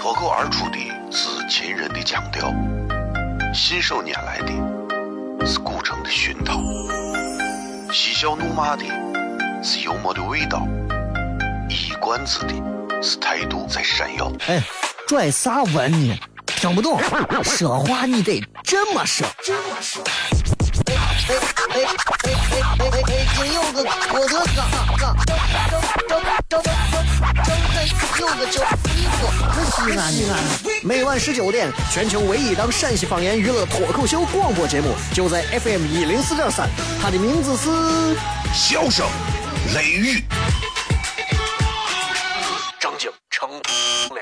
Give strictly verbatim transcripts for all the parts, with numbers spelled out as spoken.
脱口而出的是秦人的腔调，信手拈来的是古城的熏陶，嬉笑怒骂的是幽默的味道，一冠子的是态度在闪耀。 哎，拽啥文呢？听不懂，说话你得这么说。这么说。哎哎哎哎哎哎哎！今有个我的嘎嘎，张张张张张张有个叫衣服，可西安西安。每晚十九点，全球唯一档陕西方言娱乐脱口秀广播节目，就在 F M 一零四点三，它的名字是笑声雷雨。 张景成脸。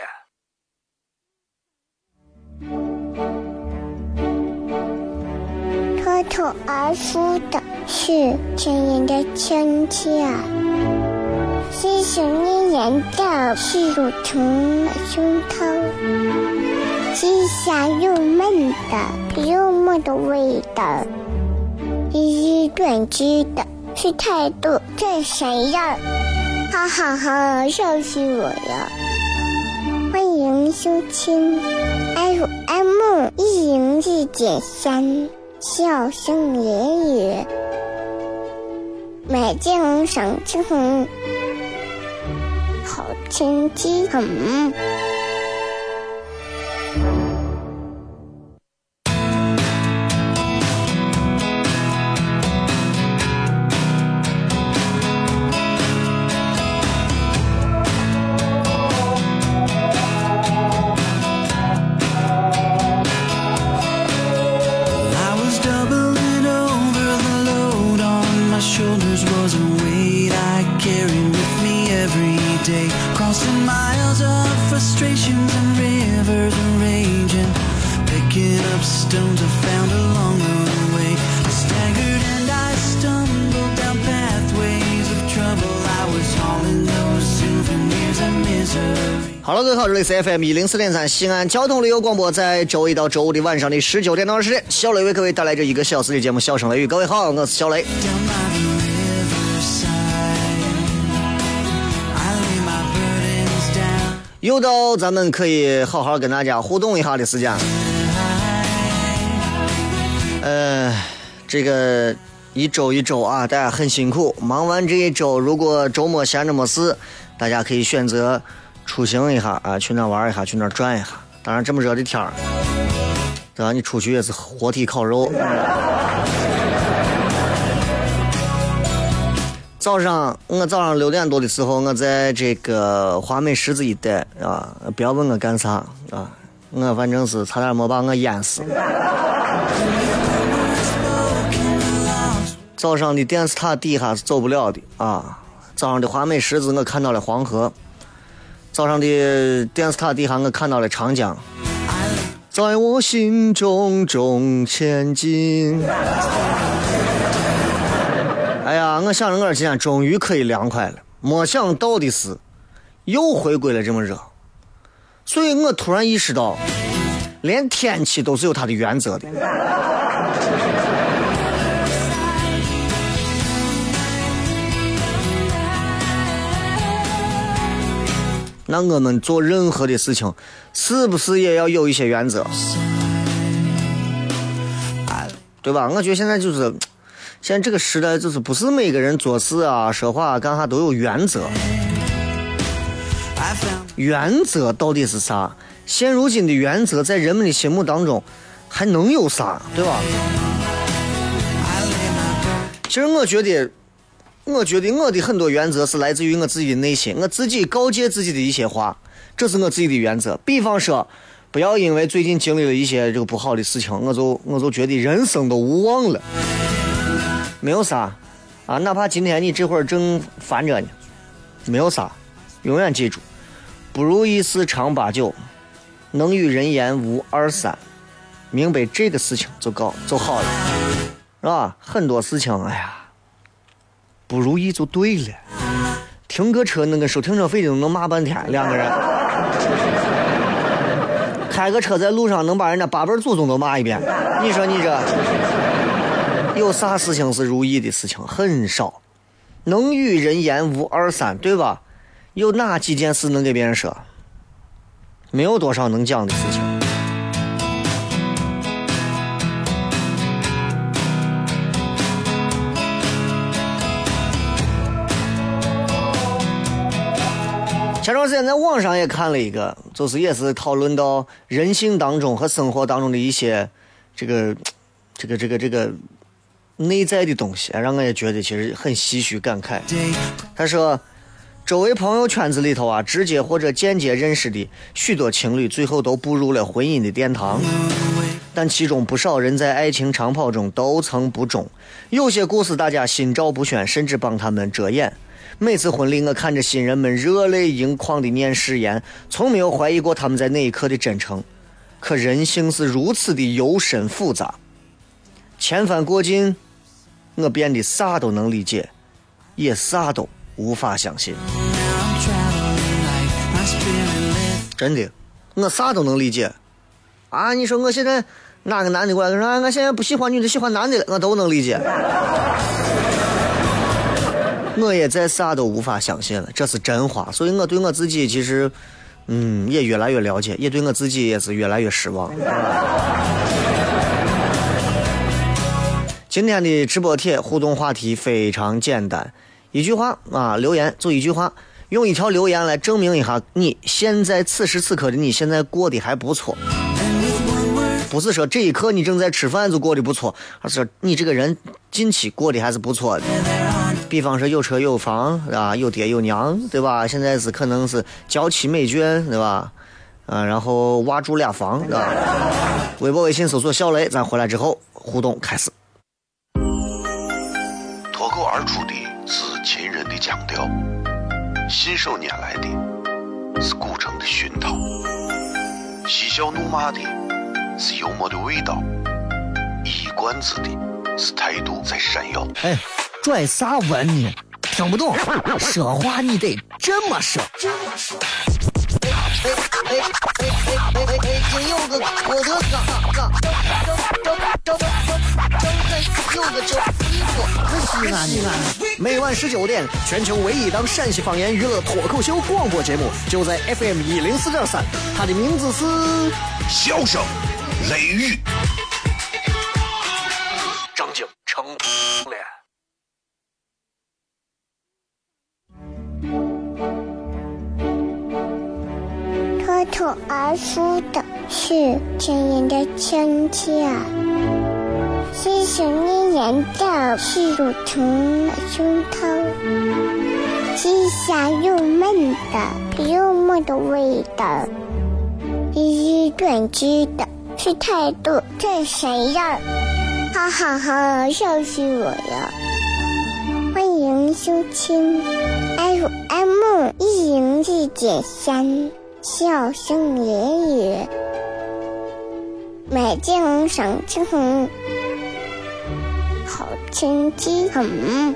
脱口而出的是亲人的亲切，是想念人的是乳虫的胸膛，是香又闷的幽默的味道，是短知的是态度这谁呀？哈哈哈，笑死我了！欢迎收听 F M 一零四点三。笑声言语，美景赏之红，好天气很。 好了，各位好，这里是 F M 一零四点三西安交通旅游广播，在周一到周五的晚上的十九点到二十点，小雷为各位带来这一个小时的节目《笑声雷雨》。各位好，我是小雷。又到咱们可以好好跟大家互动一下的时间。呃，这个一周一周啊，大家很辛苦，忙完这一周，如果周末闲着没事，大家可以选择出行一下啊，去那玩一下，去那转一下。当然这么热的天儿，对吧？你出去也是活体烤肉。早上我早上六点多的时候，我在这个华美十字一带啊，不要问我干啥啊，我反正是差点没把我淹死。早上的电视塔底下是走不了的啊，早上的华美十字我看到了黄河。早上的电视塔底下我看到了长江，在我心中中前进。哎呀，我想着我今天终于可以凉快了，没想到的是又回归了这么热，所以我突然意识到连天气都是有它的原则的。那我们做任何的事情是不是也要有一些原则，对吧？我觉得现在就是现在这个时代，就是不是每个人做事啊说话啊干啥都有原则。原则到底是啥？现如今的原则在人们的心目当中还能有啥，对吧？其实我觉得我觉得我的很多原则是来自于我自己的内心，我自己告诫自己的一些话，这是我自己的原则。比方说，不要因为最近经历了一些这个不好的事情，我就我就觉得人生都无望了。没有啥啊，哪怕今天你这会儿正烦着呢，没有啥，永远记住，不如意事常八九，能与人言无二三，明白这个事情就搞就好了，是吧？很多事情，哎呀。不如意就对了，停个车那个收停车费就能骂半天，两个人开个车在路上能把人家八辈祖宗都骂一遍，你说你这有啥事情是如意的事情？很少。能与人言无二三，对吧？有哪几件事能给别人说？ 没有多少能讲的事情。前段时间在网上也看了一个，就是也是讨论到人性当中和生活当中的一些这个这个这个这个内在的东西，让我也觉得其实很唏嘘感慨。他说周围朋友圈子里头啊，直接或者间接认识的许多情侣最后都步入了婚姻的殿堂，但其中不少人在爱情长跑中都曾不忠，有些故事大家心照不宣，甚至帮他们遮掩。每次婚礼我看着新人们热泪盈眶的念誓言，从没有怀疑过他们在那一刻的真诚。可人性是如此的幽深复杂，千帆过尽，我变得啥都能理解，也啥都无法相信。真的，我啥都能理解啊！你说我现在哪个男的过来跟说，我现在不喜欢女的，喜欢男的了，我都能理解。我也在啥都无法相信了，这是真话。所以我对我自己其实嗯也越来越了解，也对我自己也是越来越失望。今天的直播帖互动话题非常简单，一句话啊，留言就一句话，用一条留言来证明一下你现在此时此刻的你现在过得还不错。不是说这一刻你正在吃饭就过得不错，而是说你这个人近期过得还是不错的。比方说有车有房啊，有爹有娘，对吧？现在是可能是娇妻美眷，对吧？啊，然后娃住俩房，对吧？微博微信搜索小雷，咱回来之后互动开始。 脱口而出的是秦人的腔调，信手拈来的是古城的熏陶，嬉笑怒骂的是幽默的味道，一冠子的是态度在闪耀。 哎，拽啥文呢？听不懂，说话你得这么说。哎哎哎哎哎哎哎！今有个我的嘎嘎，张张张张张有个叫衣服，西安西安。每晚十九点，全球唯一档陕西方言娱乐脱口秀广播节目，就在 F M 一零四点三，它的名字是笑声雷雨。 张景成脸。 脱口而出的是亲人的亲切，细细念念的是乳虫的胸膛，细香又闷的幽默的味道，一语断句的是态度这谁呀？哈哈哈，笑死我了！欢迎收听 F M 一零四点三。笑声言语，美景赏清红，好天气很。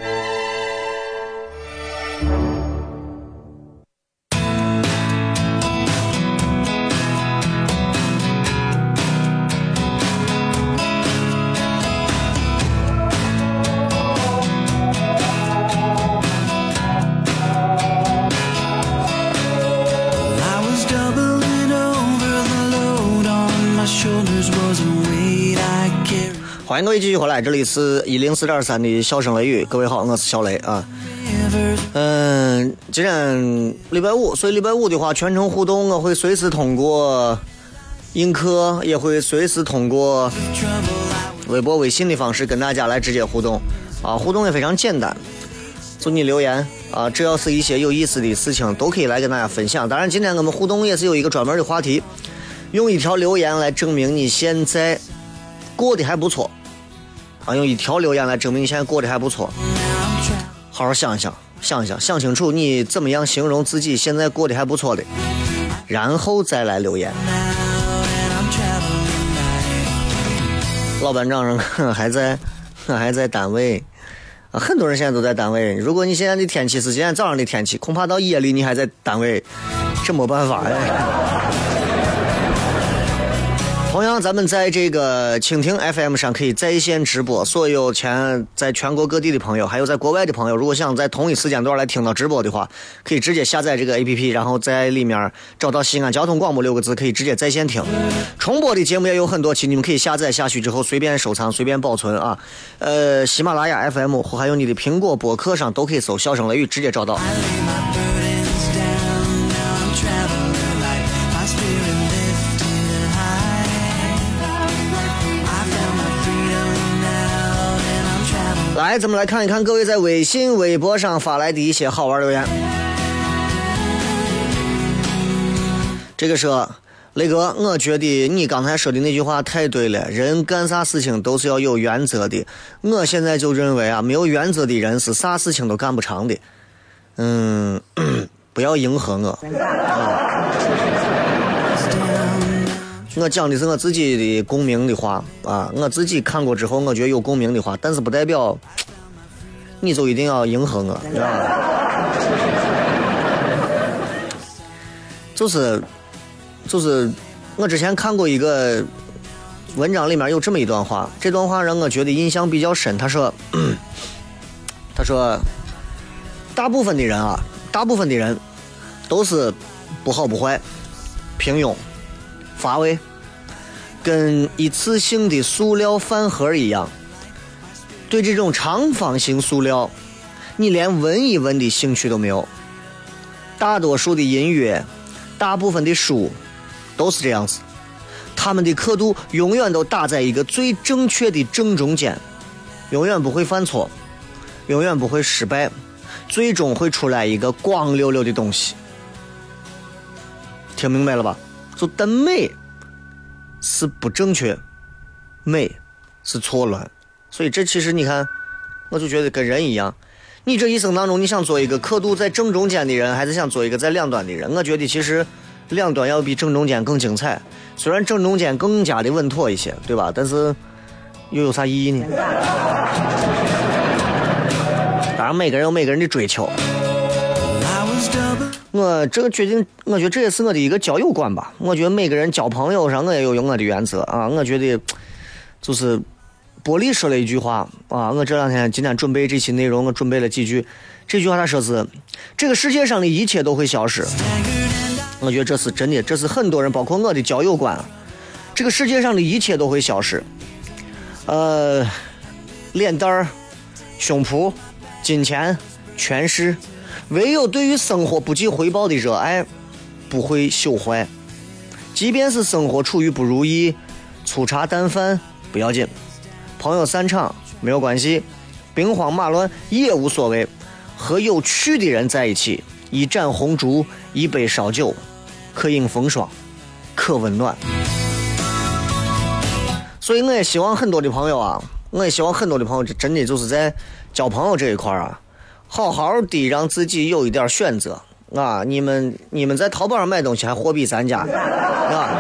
欢迎各位继续回来，这里是一零四点三的笑声雷雨。各位好，我是小雷啊。嗯，今天礼拜五，所以礼拜五的话，全程互动我会随时通过映客，也会随时通过微博、微信的方式跟大家来直接互动啊。互动也非常简单，就你留言啊，只要是一些有意思的事情，都可以来跟大家分享。当然，今天我们互动也是有一个专门的话题，用一条留言来证明你现在过得还不错。啊，用一条留言来证明你现在过得还不错，好好想一想，想一想，想清楚你怎么样形容自己现在过得还不错的，然后再来留言。老班长说还在，还在单位啊，很多人现在都在单位。如果你现在的天气是今天早上的天气，恐怕到夜里你还在单位，这没办法呀。 同样咱们在这个蜻蜓 F M 上可以在线直播，所有前在全国各地的朋友还有在国外的朋友，如果想在同一时间段来听到直播的话，可以直接下载这个 A P P， 然后在里面找到西安交通广播六个字，可以直接在线听。重播的节目也有很多期，你们可以下载下去之后随便收藏随便保存啊。呃喜马拉雅 F M 还有你的苹果播客上都可以搜笑声雷雨直接找到。来，咱们来看一看各位在微信微博上发来的一些好玩留言。这个是雷哥，我觉得你刚才说的那句话太对了，人干啥事情都是要有原则的。我现在就认为啊，没有原则的人是啥事情都干不成的。嗯，不要迎合我。我讲的是我自己的共鸣的话啊，我自己看过之后我觉得有共鸣的话，但是不代表你就一定要迎合我，知道吗？就是就是我之前看过一个文章，里面有这么一段话，这段话让我觉得印象比较深。他说他说大部分的人啊大部分的人都是不好不坏，平庸乏味，跟一次性的塑料饭盒一样。对这种长方形塑料你连闻一闻的兴趣都没有。大多数的音乐，大部分的书都是这样子，他们的刻度永远都打在一个最正确的正中间，永远不会犯错，永远不会失败，最终会出来一个光溜溜的东西。听明白了吧？就但美是不正确，美是错乱。所以这其实你看，我就觉得跟人一样，你这一生当中你想做一个刻度在正中间的人，还是想做一个在两端的人？我觉得其实两端要比正中间更精彩，虽然正中间更加的稳妥一些，对吧？但是又有啥意义呢？当然每个人有每个人的追求。我这个决定，我觉得这也是我的一个交友观吧。我觉得每个人交朋友上我也有我的原则啊。我觉得就是波利说了一句话啊，我这两天今天准备这期内容，我准备了几句。这句话他说是：这个世界上的一切都会消失。我觉得这是真的，这是很多人包括我的交友观。这个世界上的一切都会消失，呃，脸蛋儿、胸脯、金钱、权势，唯有对于生活不计回报的热爱不会朽坏。即便是生活处于不如意，粗茶淡饭不要紧，朋友散场没有关系，兵荒马乱也无所谓，和有趣的人在一起，一盏红烛，一杯烧酒，可迎风霜，可温暖。所以我也希望很多的朋友啊，我也希望很多的朋友真的就是在交朋友这一块啊，好好的让自己有一点选择啊！你们你们在淘宝上买东西还货比三家啊！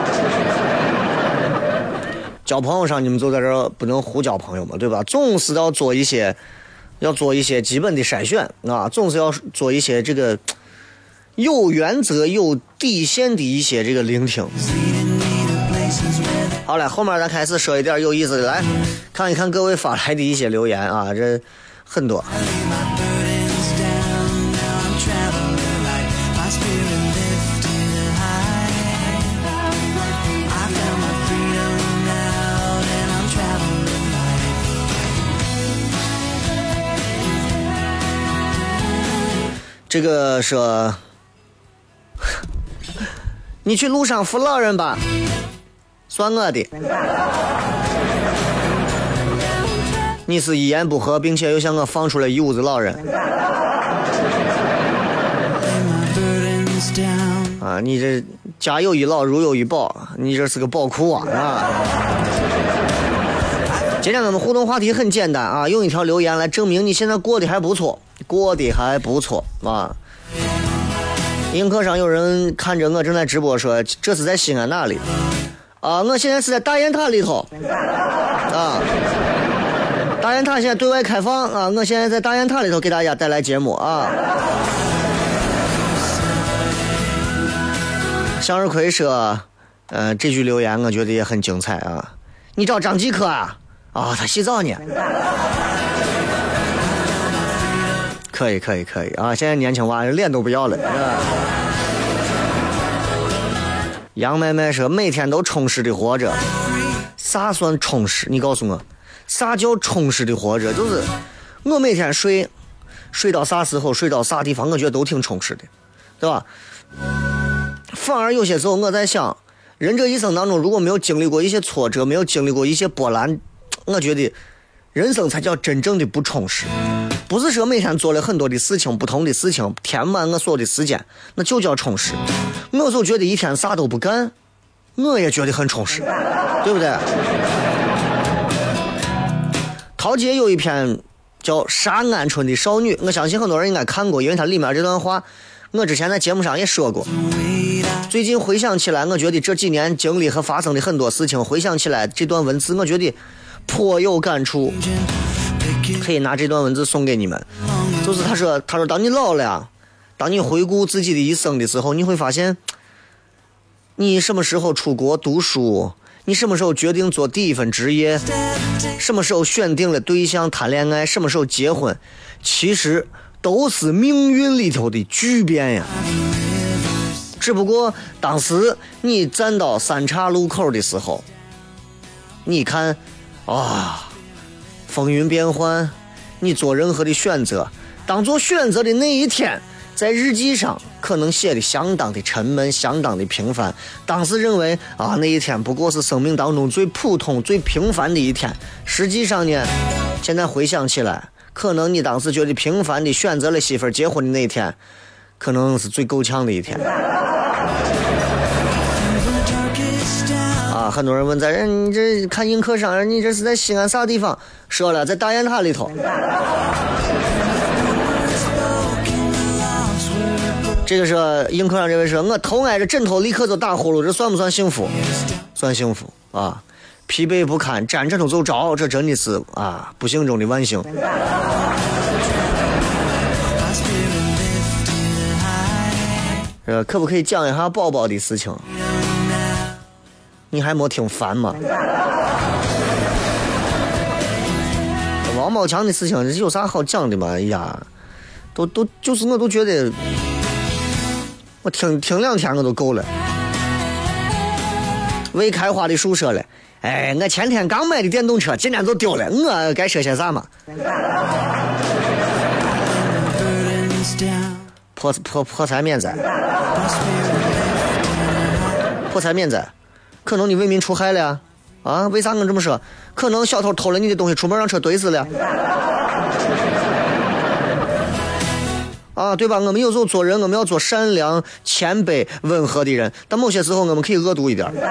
交朋友上你们就在这不能胡交朋友嘛，对吧？总是要做一些要做一些基本的筛选啊，总是要做一些这个有原则有底线的一些这个聆听。好了，后面咱开始说一点有意思的，来看一看各位发来的一些留言啊，这很多。这个说你去路上扶老人吧，算我的。你是一言不合并且又向我放出了一屋子老人啊！你这家有一老如有一宝，你这是个宝库啊！啊！今天我们互动话题很简单啊，用一条留言来证明你现在过得还不错，过得还不错啊！映客上有人看着我正在直播说，这是在西安哪里啊？我现在是在大雁塔里头啊，大雁塔现在对外开放啊，我现在在大雁塔里头给大家带来节目啊。向日葵说， 呃，这句留言我觉得也很精彩啊！你找张继科啊？啊、哦，他洗澡呢。可以可以可以啊！现在年轻娃脸都不要了。杨妹妹说每天都充实的活着，啥算充实？你告诉我，啥叫充实的活着？就是我每天睡，睡到啥时候，睡到啥地方，我觉得都挺充实的，对吧？反而有些时候我在想，人这一生当中如果没有经历过一些挫折，没有经历过一些波澜，我觉得人生才叫真正的不充实。不是说每天做了很多的事情，不同的事情填满我所有的时间，那就叫充实。我有时候觉得一天啥都不干，我也觉得很充实，对不对？陶杰有一篇叫《杀鹌鹑的少女》，我相信很多人应该看过，因为它里面这段话我之前在节目上也说过。最近回想起来，我觉得这几年经历和发生的很多事情，回想起来这段文字我觉得颇有感触，可以拿这段文字送给你们。就是他说他说当你老了，当你回顾自己的一生的时候，你会发现你什么时候出国读书，你什么时候决定做第一份职业，什么时候选定了对象谈恋爱，什么时候结婚，其实都是命运里头的巨变呀。只不过当时你站到三岔路口的时候，你看啊，风云变幻，你做任何的选择，当做选择的那一天，在日记上可能写的相当的沉闷，相当的平凡。当时认为啊，那一天不过是生命当中最普通最平凡的一天，实际上呢，现在回想起来，可能你当时觉得平凡的选择了媳妇儿结婚的那一天，可能是最够呛的一天。啊，很多人问在这，你这看映客上，你这是在西安啥地方？说了，在大雁塔里头。这个是映客上这位说，我头挨着枕头立刻就打呼噜，这算不算幸福？算幸福啊！疲惫不堪，沾枕头就着，这真的是啊，不幸中的万幸。呃，可不可以讲一下宝宝的事情？你还没听烦吗？王宝强的事情，这有啥好讲的吗？哎呀，都都就是我都觉得，我听听两天我都够了。未开花的树说了，哎，我前天刚买的电动车，今天就丢了，我该说些啥嘛？破破破财免灾，破财免灾。可能你为民除害了呀，啊？为啥我这么说？可能小偷偷了你的东西，出门让车怼死了，啊，对吧？我们有时候做人，我们要做善良、谦卑、温和的人，但某些时候我们可以恶毒一点。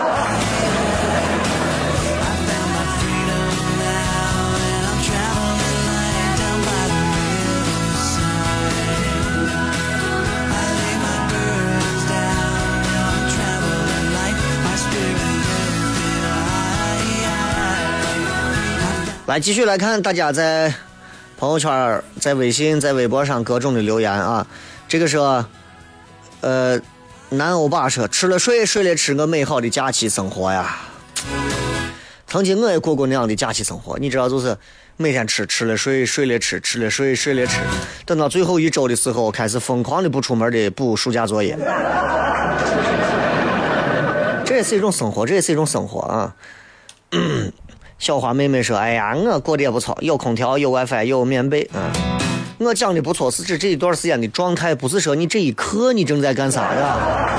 来继续来看大家在朋友圈、在微信、在微博上各种的留言啊。这个说，呃，南欧巴说吃了睡，睡了吃，个美好的假期生活呀。曾经我也过过那样的假期生活，你知道，就是每天吃，吃了睡，睡了吃，吃了睡，睡了吃，等到最后一周的时候，开始疯狂的不出门的补暑假作业。这也是一种生活，这也是一种生活啊。嗯，小花妹妹说：“哎呀，我过得也不错，有空调，有 WiFi， 有棉被啊。我讲的不错，是指这一段时间的状态，不是说你这一刻你正在干啥呀。”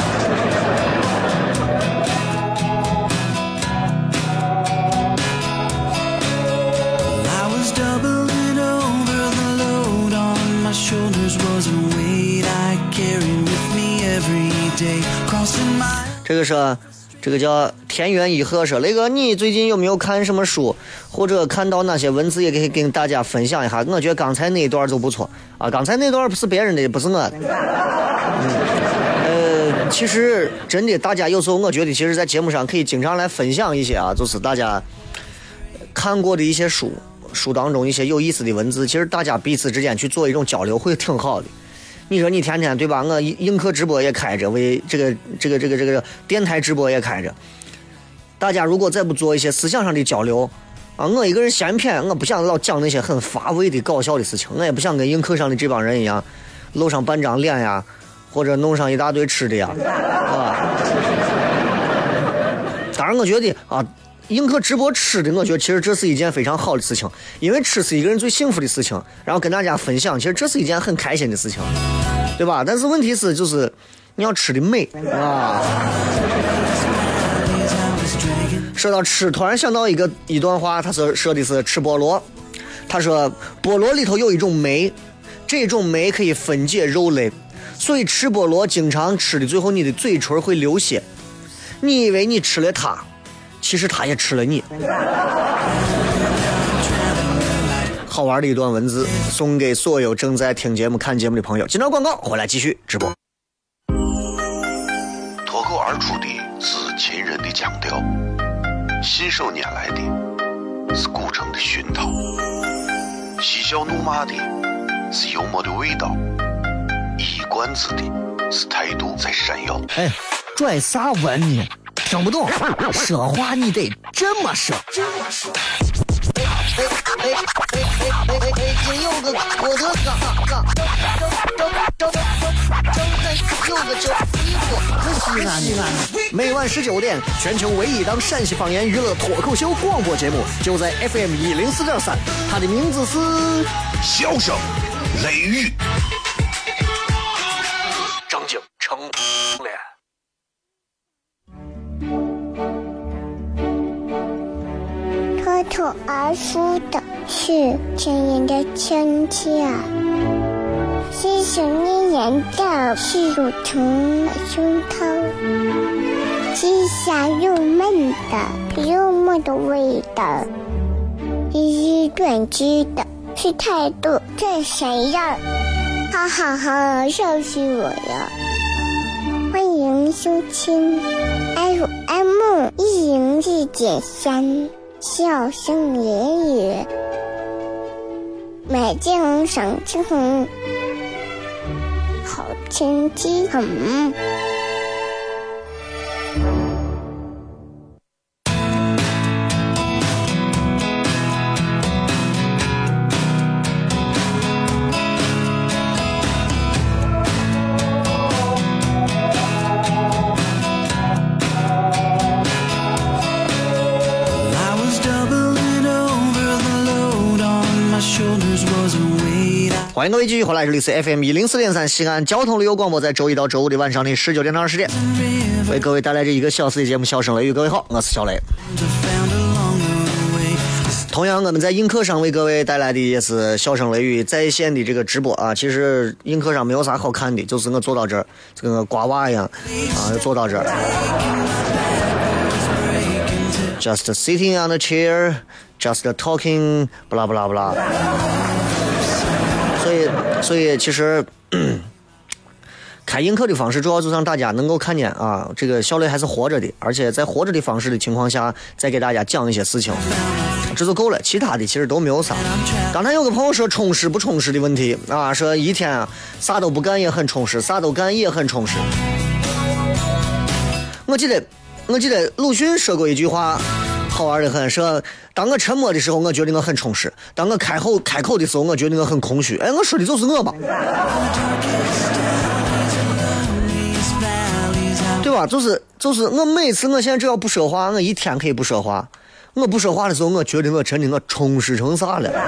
这个是。这个叫田园一鹤说，雷哥，你最近有没有看什么书，或者看到哪些文字，也可以跟大家分享一下。我觉得刚才那一段就不错啊，刚才那段不是别人的，不是我的。嗯，呃，其实真的，大家有时候我觉得，其实，在节目上可以经常来分享一些啊，就是大家看过的一些书，书当中一些有意思的文字，其实大家彼此之间去做一种交流会挺好的。 你说你天天对吧？我映客直播也开着，为这个这个这个这个电台直播也开着。大家如果再不做一些思想上的交流啊，我一个人闲谝，我不想老讲那些很乏味的搞笑的事情，我也不想跟映客上的这帮人一样露上半张脸呀，或者弄上一大堆吃的呀，啊。当然，我觉得啊。映客直播吃的，我觉得其实这是一件非常好的事情，因为吃是一个人最幸福的事情，然后跟大家分享，其实这是一件很开心的事情，对吧？但是问题是，就是你要吃的美啊。说到吃，突然想到一个一段话，他说说的是吃菠萝，他说菠萝里头有一种酶，这种酶可以分解肉类，所以吃菠萝经常吃的最后你的嘴唇会流血，你以为你吃了它，其实他也吃了你。好玩的一段文字，送给所有正在听节目看节目的朋友。今朝广告回来继续直播。 脱口而出的是秦人的腔调，信手拈来的是古城的熏陶，嬉笑怒骂的是幽默的味道，一冠子的是态度在闪耀。 哎，拽啥文呢？听不懂，说话你得这么说。 哎哎哎哎哎哎！今有个我的嘎嘎，正在有个叫衣服， 可西安西安。 每晚十九点，全球唯一档陕西方言娱乐脱口秀广播节目，就在 F M 一零四点三，它的名字是笑声雷雨。 张景成脸。 脱口而出的是亲人的亲切，是想念人的是乳虫的胸膛，是香又闷的幽默的味道，是短知的是态度这谁呀？哈哈哈，笑死我了！欢迎收听 F M 一零四点三。笑声言语，美景赏之红，好天气很。 欢迎各位继续回来，这里是 F M 一零四点三西安交通旅游广播，在周一到周五的晚上的十九点到二十点，为各位带来这一个小时的节目《笑声雷雨》。各位好，我是小雷。同样，我们在映客上为各位带来的也是《笑声雷雨》在线的这个直播啊。其实映客上没有啥好看的，就是我坐到这儿，跟个瓜娃一样啊，坐到这儿。Just sitting on the chair, just talking, blah blah blah。所以，所以其实开映客的方式主要就是让大家能够看见啊，这个小雷还是活着的，而且在活着的方式的情况下，再给大家讲一些事情，这就够了。其他的其实都没有啥。刚才有个朋友说充实不充实的问题啊，说一天啊啥都不干也很充实，啥都干也很充实。我记得，我记得鲁迅说过一句话。好玩的很，说当我沉默的时候，我觉得我很充实；当我开口开口的时候，我觉得我很空虚。哎，我说的就是我吧，对吧？就是就是我每次我现在只要不说话，我一天可以不说话。我不说话的时候，我觉得我真的我充实成啥了。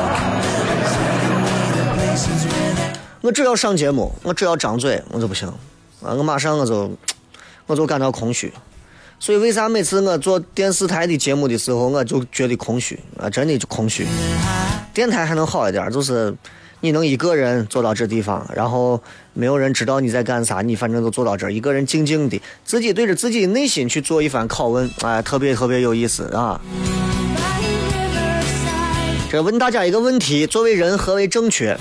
我只要上节目，我只要张嘴，我就不行啊！我马上我就我就感到空虚。所以为啥每次我做电视台的节目的时候，我就觉得空虚啊，真的就空虚。电台还能好一点，就是你能一个人坐到这地方，然后没有人知道你在干啥，你反正都坐到这儿，一个人静静的，自己对着自己内心去做一番拷问，哎，特别特别有意思啊。这问大家一个问题：作为人，何为正确？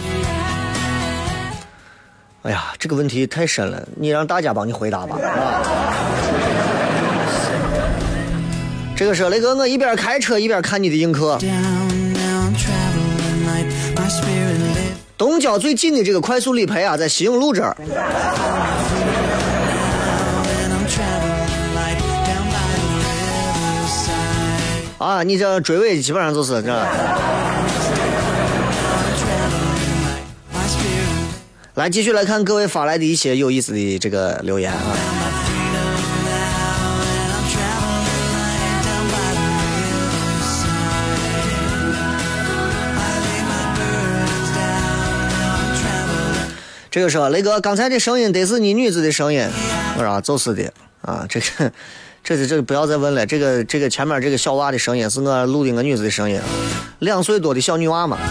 哎呀，这个问题太深了，你让大家帮你回答吧啊。这个是雷哥，我一边开车一边看你的映客。 东郊最近的这个快速理赔啊，在西营路这儿。啊，你这追尾基本上就是这。来，继续来看各位发来的一些有意思的这个留言啊。这个说雷哥，刚才的声音得是你女子的声音，我说就是的啊，这个。这这这不要再问了，这个这个前面这个小娃的声音是我录的我女子的声音，两岁多的小女娃嘛。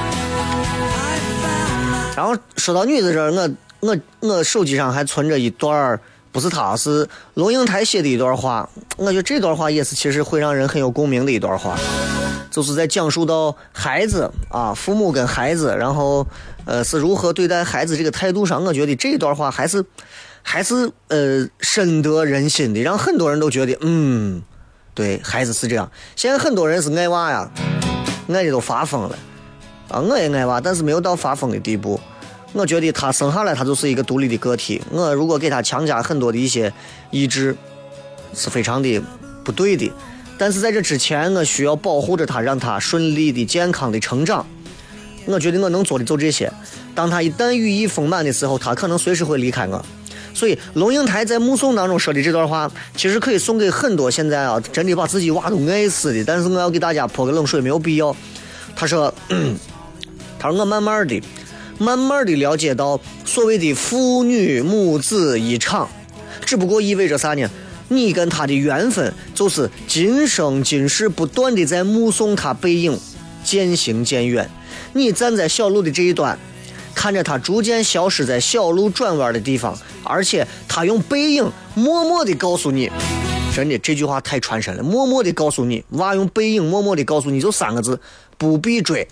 然后说到女子这儿，我我我手机上还存着一段，不是她，是龙应台写的一段话，我觉得这段话也是其实会让人很有共鸣的一段话，就是在讲述到孩子啊，父母跟孩子，然后呃是如何对待孩子这个态度上，我觉得这段话还是。还是呃深得人心的，让很多人都觉得嗯，对孩子是这样。现在很多人是爱娃呀，爱的都发疯了啊！我也爱娃，但是没有到发疯的地步。我觉得他生下来他就是一个独立的个体，我如果给他强加很多的一些意志，是非常的不对的。但是在这之前，我需要保护着他，让他顺利的、健康的成长。我觉得我能做的就这些。当他一旦羽翼丰满的时候，他可能随时会离开我。所以龙应台在目送当中说的这段话，其实可以送给很多现在啊真的把自己娃都爱死的，但是我要给大家泼个冷水，没有必要。他说他说我慢慢的慢慢的了解到所谓的父女母子一场，只不过意味着啥呢？你跟他的缘分就是今生今世不断的在目送他背影渐行渐远，你站在小路的这一端，看着他逐渐消失在小路转弯的地方，而且他用背影默默地告诉你，真的这句话太传神了，默默地告诉你，娃用背影默默地告诉你，就三个字，不必追。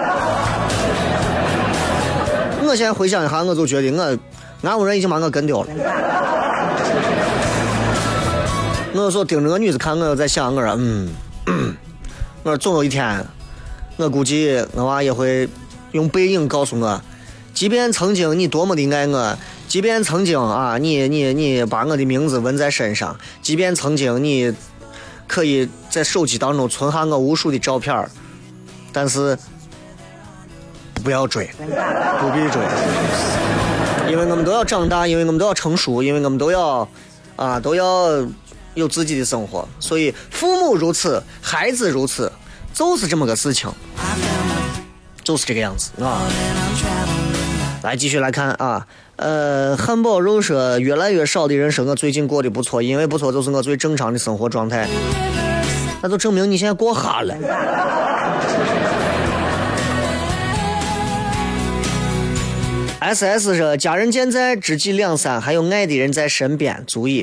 我现在回想一下，我就觉得我俺屋人已经把我跟掉了。我有时候盯着个女子看，我又在想，我说嗯嗯我说总有一天我估计我娃也会用背影告诉我，即便曾经你多么的爱我，即便曾经啊你你你把我的名字纹在身上，即便曾经你可以在手机当中存下我无数的照片，但是不要追，不必追，因为我们都要长大，因为我们都要成熟，因为我们都要啊都要有自己的生活，所以父母如此，孩子如此，就是这么个事情，就是这个样子啊。来继续来看啊，呃，汉堡肉说越来越少的人说我最近过得不错，因为不错就是我最正常的生活状态，那就证明你现在过哈了。S S 说家人健在，知己两三，还有爱的人在身边，足矣。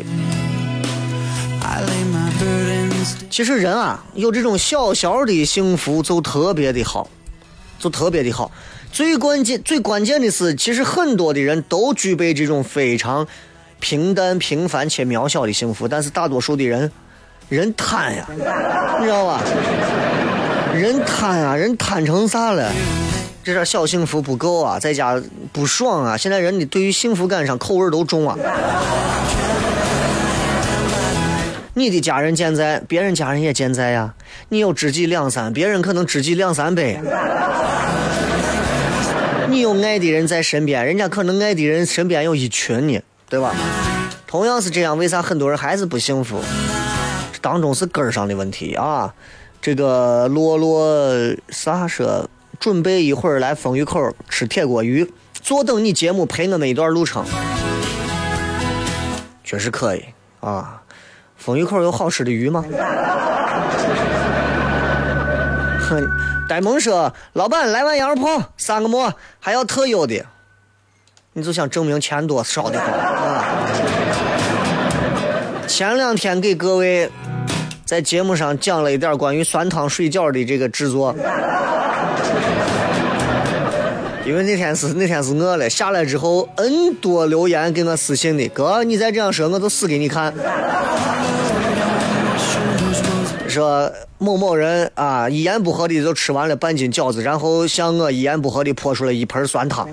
其实人啊，有这种小小的幸福就特别的好，就特别的好。最关键最关键的是，其实很多的人都具备这种非常平淡平凡且渺小的幸福，但是大多数的人人贪呀，你知道吧？人贪啊，人贪成啥了？这点小幸福不够啊，在家不爽啊！现在人的对于幸福感上口味都重啊。你的家人健在，别人家人也健在呀。你有知己两三，别人可能知己两三倍。你有爱的人在身边，人家可能爱的人身边有一群呢，对吧？同样是这样，为啥很多人还是不幸福？这当中是根上的问题啊。这个洛洛啥说，准备一会儿来风雨口吃铁锅鱼，坐等你节目陪我们一段路程，确实可以啊。风雨口有好吃的鱼吗？哼，呆萌说老板来碗羊肉泡三个馍，还要特优的，你就想证明钱多少的话啊。前两天给各位在节目上讲了一点关于酸汤水饺的这个制作，因为那天是那天是我了，下来之后 N 多留言给我私信的，哥你再这样说我都死给你看。 说某某人啊，一言不合的就吃完了半斤饺子，然后向我一言不合的泼出了一盆酸汤。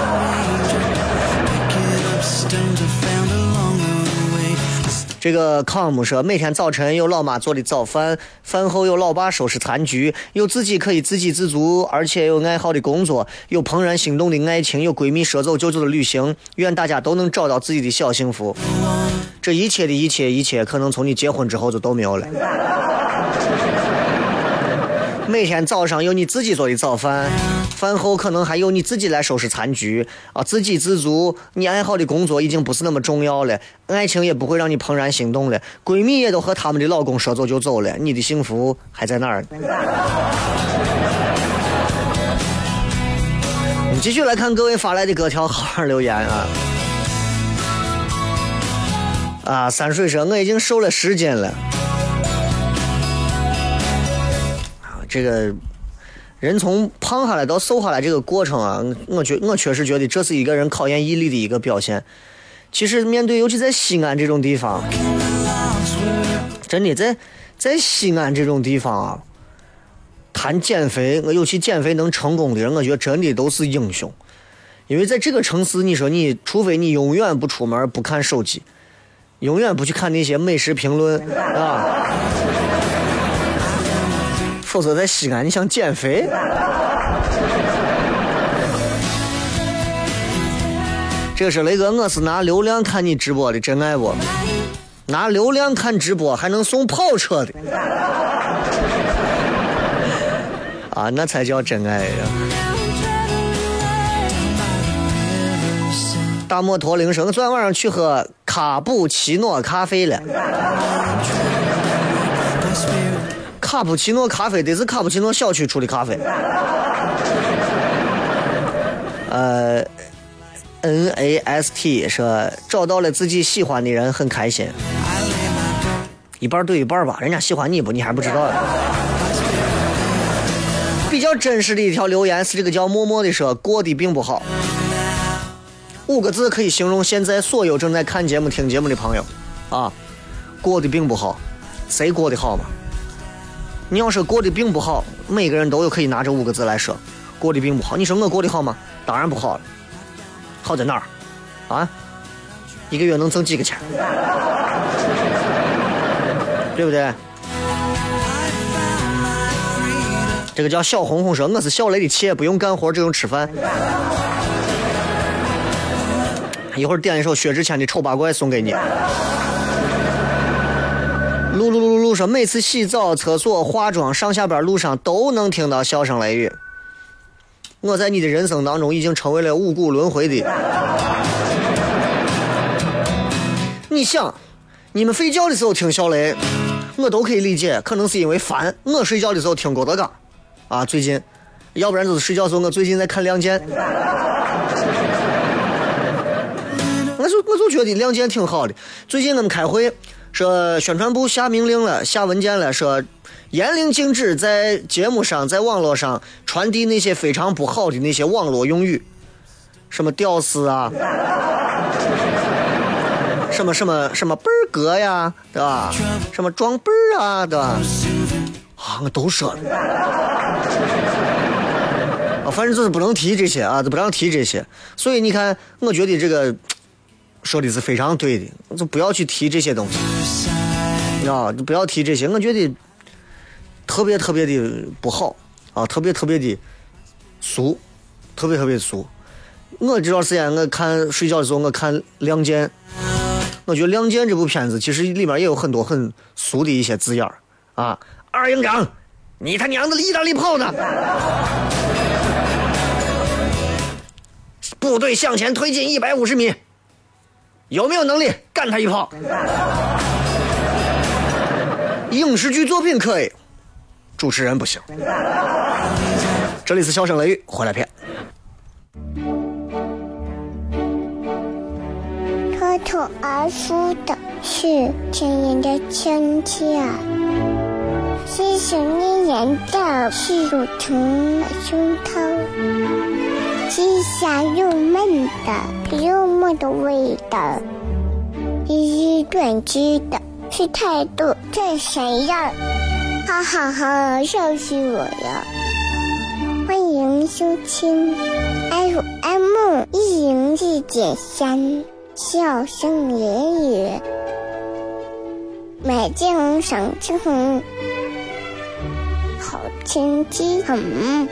这个康姆说，每天早晨有老妈做的早饭，饭后有老爸收拾残局，有自己可以自给自足而且有爱好的工作，有怦然心动的爱情，有闺蜜说走就走的旅行。愿大家都能找到自己的小幸福。这一切的一切一切，可能从你结婚之后就都没有了。每天早上有你自己做的早饭，饭后可能还有你自己来收拾残局啊，自给自足。你爱好的工作已经不是那么重要了，爱情也不会让你怦然心动了，闺蜜也都和他们的老公说走就走了，你的幸福还在那儿。我们继续来看各位发来的各条好好留言啊。啊，三水说我已经瘦了十斤了。这个人从胖下来到瘦下来这个过程啊，我觉我确实觉得这是一个人考验毅力的一个表现。其实面对尤其在西安这种地方，真的在在西安这种地方啊，谈减肥，我尤其减肥能成功的人，我觉得真的都是英雄。因为在这个城市，你说你除非你永远不出门不看手机，永远不去看那些美食评论啊，否则在西安你想减肥，这个是雷哥，我是拿流量看你直播的，真爱我拿流量看直播还能送跑车的啊，那才叫真爱呀。大摩托铃声，昨天晚上去喝卡布奇诺咖啡了。卡布奇诺咖啡得是卡布奇诺小区出的咖啡。呃 N A S T 说找到了自己喜欢的人很开心，一半对一半吧，人家喜欢你不你还不知道。比较真实的一条留言是这个叫默默的说过得并不好，五个字可以形容现在所有正在看节目听节目的朋友啊，过得并不好。谁过得好嘛？你要是过得并不好，每个人都有可以拿这五个字来说过得并不好。你说我过得好吗？当然不好了。好在哪儿啊？一个月能挣几个钱，对不对？这个叫小红红说我是小雷的妾，不用干活只用吃饭。一会儿点一首薛之谦的丑八怪送给你。噜噜噜噜说每次洗澡厕所化妆上下班路上都能听到笑声雷雨。我在你的人生当中已经成为了五谷轮回的。你想你们睡觉的时候听小雷我都可以理解，可能是因为烦。我睡觉的时候听郭德纲啊，最近要不然就是睡觉的时候我最近在看亮剑。我就我就觉得亮剑挺好的。最近我们开会说宣传部下命令了，下文件了，说严令禁止在节目上在网络上传递那些非常不好的那些网络用语，什么屌丝啊，什么什么什么倍儿哥呀，对吧？什么装倍儿啊，对吧？啊，我都说了啊，反正就是不能提这些啊，不让提这些。所以你看，我觉得这个说的是非常对的，就不要去提这些东西啊，就不要提这些，我觉得特别特别的不好啊，特别特别的俗，特别特别俗。我这段时间我看睡觉的时候我看《亮剑》，我觉得《亮剑》这部片子其实里面也有很多很俗的一些字眼啊。二营长，你他娘的意大利炮呢？部队向前推进一百五十米，有没有能力干他一炮？影视剧作品可以，主持人不行。这里是笑声雷雨，回来片。 脱口而出的是亲人的亲切，是想念人的是乳虫的胸膛，是香又闷的幽默的味道，是短知的是态度这谁样哈哈哈，笑死我了！欢迎收听 F M 一零四点三，笑声言语，美景赏之红，好天气很。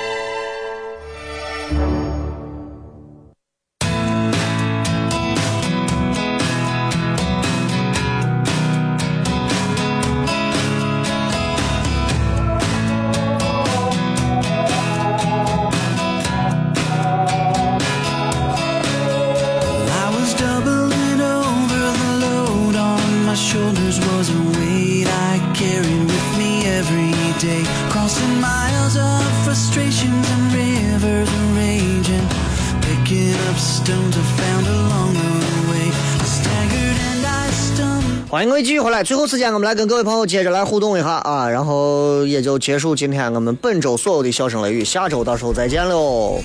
欢迎各位继续回来，最后时间我们来跟各位朋友接着来互动一下啊，然后也就结束今天我们本周所有的笑声雷雨，下周到时候再见喽。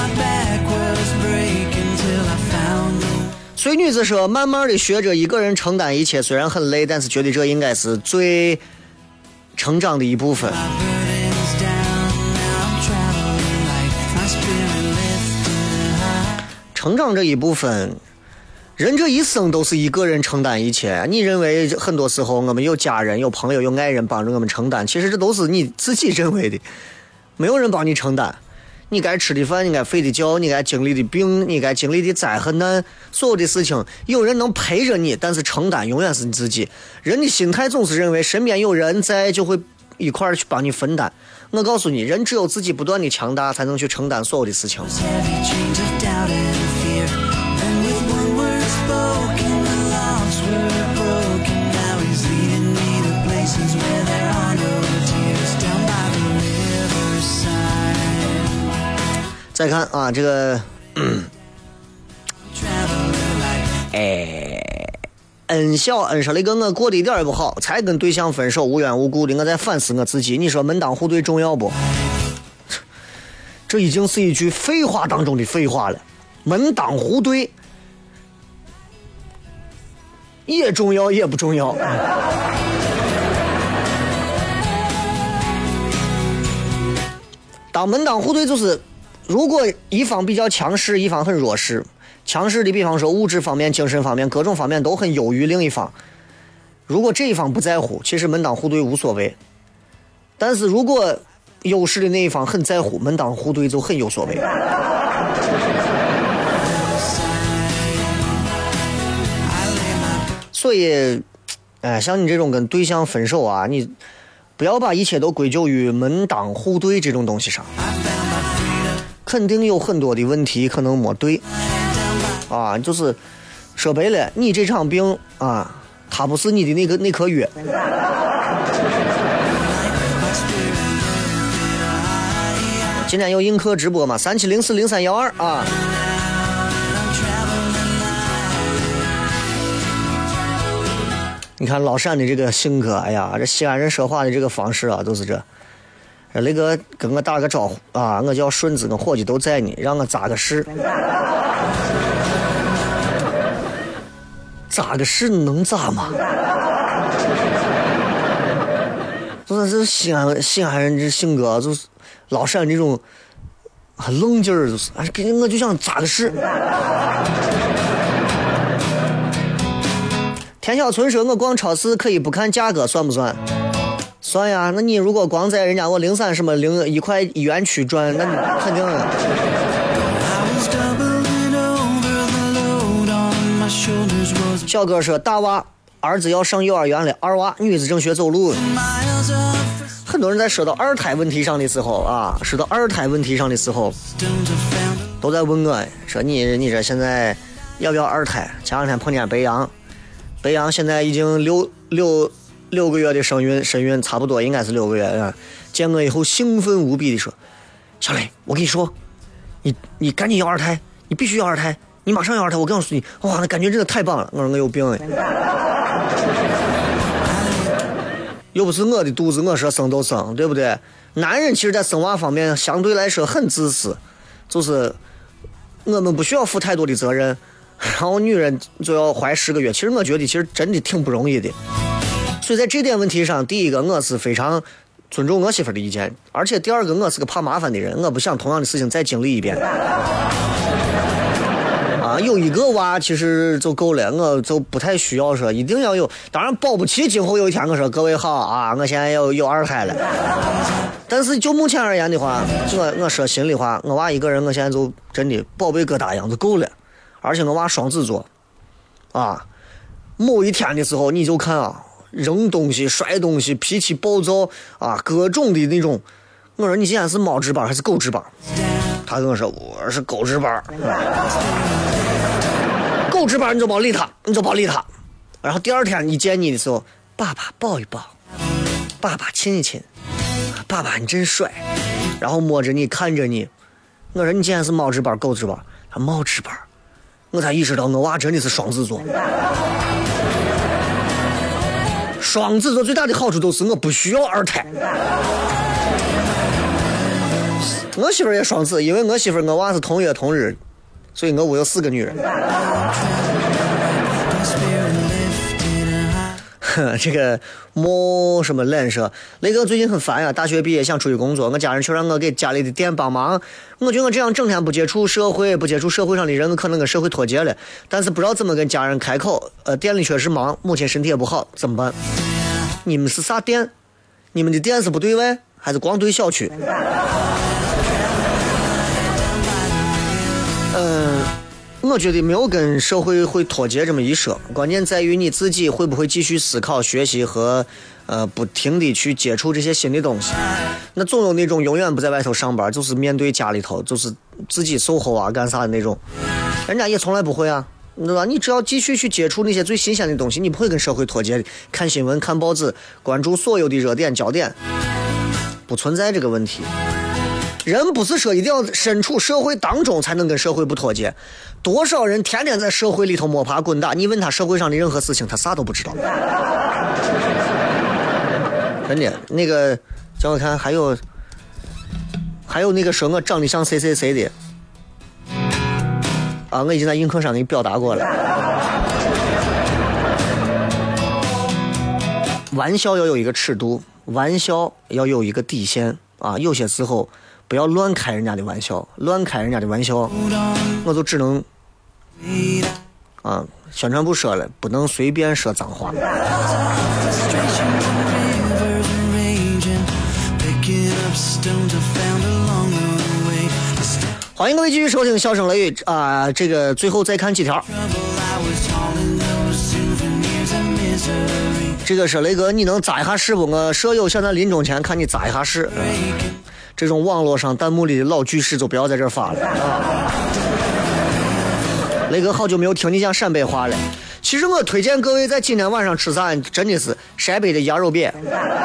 随女子说，慢慢的学着一个人承担一切，虽然很累，但是觉得这应该是最成长的一部分。成长这一部分，人这一生都是一个人承担一切。你认为很多时候我们有家人、有朋友、有爱人帮着我们承担，其实这都是你自己认为的，没有人帮你承担。你该吃的饭，你该睡的觉，你该经历的病，你该经历的灾和难，所有的事情有人能陪着你，但是承担永远是你自己。人的心态总是认为身边有人在就会一块儿去帮你分担。我告诉你，人只有自己不断的强大，才能去承担所有的事情。再看啊，这个，嗯、哎，恩小恩说了一个我过得一点也不好，才跟对象分手，无缘无故的，我在反思我自己。你说门当户对重要不？这已经是一句废话当中的废话了。门当户对也重要，也不重要。当门当户对就是。如果一方比较强势，一方很弱势，强势的比方说物质方面、精神方面各种方面都很优于另一方，如果这一方不在乎，其实门当户对无所谓。但是如果优势的那一方很在乎，门当户对就很有所谓。所以哎，像你这种跟对象分手啊，你不要把一切都归咎于门当户对这种东西上，肯定有很多的问题可能没对啊，就是说白了，你这场病啊，它不是你的那个那颗药。今天有映客直播嘛？三七零四零三幺二啊。你看老陕的这个性格，哎呀，这西安人说话的这个方式啊，都是这。那个跟我打个招呼啊，我叫顺子，跟伙计都在呢，让我扎个事。扎个事能扎吗？就是这西安西安人这性格，就是老陕这种很愣劲儿，就是哎，给我就想扎个事。田小春说：“我逛超市可以不看价格，算不算？”算呀，那你如果光在人家我零三什么零一块一元区转，那你肯定。小哥说大娃儿子要上幼儿园了，二娃女子正学走路。很多人在说到二胎问题上的时候啊，说到二胎问题上的时候，都在问我说你你这现在要不要二胎？前两天碰见北洋，北洋现在已经六六。六个月的身孕，身孕差不多应该是六个月啊。见我以后兴奋无比的说：“小磊，我跟你说，你你赶紧要二胎，你必须要二胎，你马上要二胎。我告诉你，哇，那感觉真的太棒了。”我说我有病哎，又不是我的肚子，我说生就生，对不对？男人其实在生娃方面相对来说很自私，就是我们不需要负太多的责任，然后女人就要怀十个月。其实我觉得其实真的挺不容易的。 所以在这点问题上，第一个我是非常尊重我媳妇的意见，而且第二个我是个怕麻烦的人，我不想同样的事情再经历一遍。啊，有一个娃其实就够了，我就不太需要说一定要有。当然保不齐今后有一天我说各位好啊，我现在要有二胎了。但是就目前而言的话，我我说心里话，我娃一个人，我现在就真的宝贝疙瘩一样就够了。而且我娃双子座，啊，某一天的时候你就看啊，扔东西、摔东西、脾气暴躁啊，各种的那种。我说你现在是猫值班还是狗值班？他跟我说我是狗值班。狗值班你就别理他，你就别理他。然后第二天一见你的时候，爸爸抱一抱，爸爸亲一亲，爸爸你真帅。然后摸着你看着你，我说你现在是猫值班狗值班？他猫值班。我才意识到我娃真的是双子座。双子座最大的好处就是我不需要二胎。我媳妇也双子，因为我媳妇我娃是同月同日，所以我屋有四个女人。这个莫什么冷说，雷哥最近很烦呀、啊，大学毕业想出去工作，我家人却让我给家里的店帮忙。我觉得我这样整天不接触社会，不接触社会上的人，可能跟社会脱节了。但是不知道怎么跟家人开口。呃，店里确实忙，目前身体也不好，怎么办？你们是啥店？你们的店是不对外，还是光对小区？嗯。我觉得没有跟社会会脱节这么一说，关键在于你自己会不会继续思考、学习和呃不停地去接触这些新的东西。那总有那种永远不在外头上班，就是面对家里头，就是自己售后啊干啥的那种，人家也从来不会啊，对吧？你只要继续去接触那些最新鲜的东西，你不会跟社会脱节的。看新闻、看报纸，关注所有的热点焦点，不存在这个问题。人不是说一定要身处社会当中才能跟社会不脱节，多少人天天在社会里头摸爬滚打，你问他社会上的任何事情，他啥都不知道。真的，那个叫我看，还有还有那个说我长得像谁谁谁的啊，我已经在映客上给你表达过了。玩笑要有一个尺度，玩笑要有一个底线啊，有些时候不要乱开人家的玩笑，乱开人家的玩笑，我就只能啊，宣传部说了，不能随便说脏话。欢迎各位继续收听笑声雷雨啊！这个最后再看几条。这个是雷哥，你能扎一下试不？我舍友想在临终前看你扎一下试。这种网络上弹幕里的老句式就不要在这儿发了啊！雷哥好久没有听你讲陕北话了。其实我推荐各位在今天晚上吃啥，真的是陕北的鸭肉饼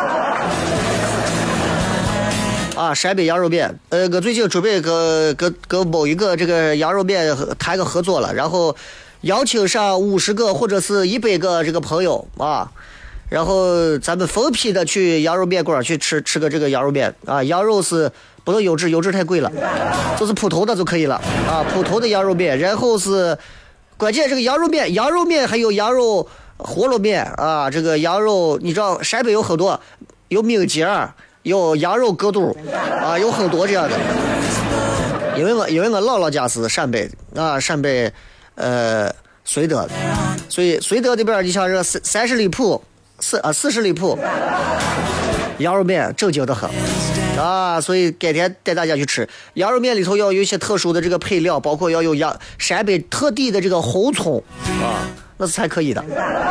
啊，陕北鸭肉饼。呃，我最近准备跟跟跟某一个这个鸭肉饼谈个合作了，然后邀请上五十个或者是一百个这个朋友啊。然后咱们分批的去鸭肉面馆去吃吃个这个鸭肉面啊，鸭肉是不能油脂，油脂太贵了，就是普通的就可以了啊，普通的鸭肉面。然后是关键这个鸭肉面，鸭肉面还有鸭肉饸饹面啊，这个鸭肉你知道陕北有很多，有米节儿，有鸭肉疙肚啊，有很多这样的。因为我因为我姥姥家是陕北啊，陕北呃绥德的，所以绥德这边你像这三三十里铺。四啊四十里铺鸭肉面正经的很啊，所以改天带大家去吃鸭肉面，里头要有一些特殊的这个配料，包括要有鸭陕北特地的这个红葱啊，那是才可以的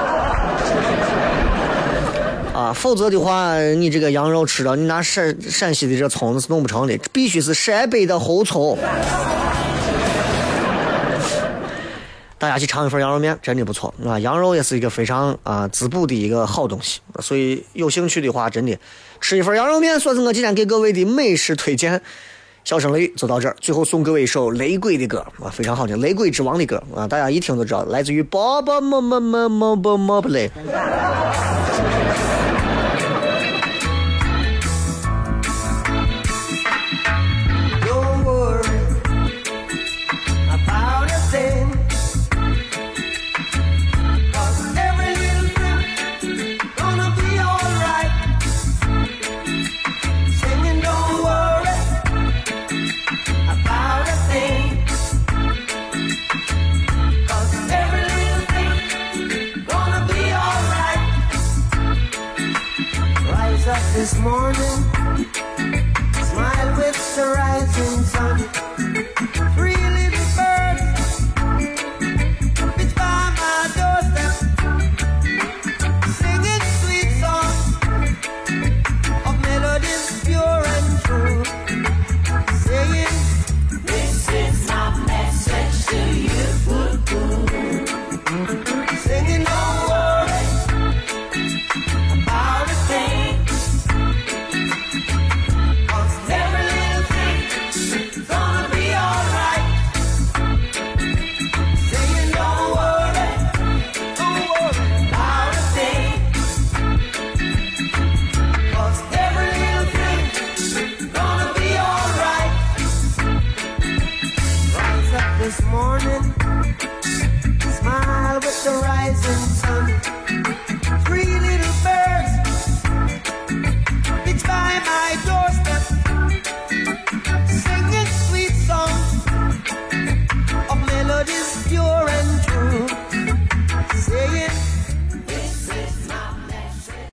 啊，否则的话你这个羊肉吃了，你拿陕陕西的这葱是弄不成的，必须是陕北的红葱。大家去尝一份羊肉面，真的不错啊！羊肉也是一个非常啊滋补的一个好东西，所以有兴趣的话，真的吃一份羊肉面，算是我今天给各位的美食推荐。笑声雷就到这儿，最后送各位一首雷鬼的歌啊，非常好听，雷鬼之王的歌啊，大家一听就知道，来自于巴巴莫莫莫莫莫莫布雷。 Gonna be this morning. Smile with the right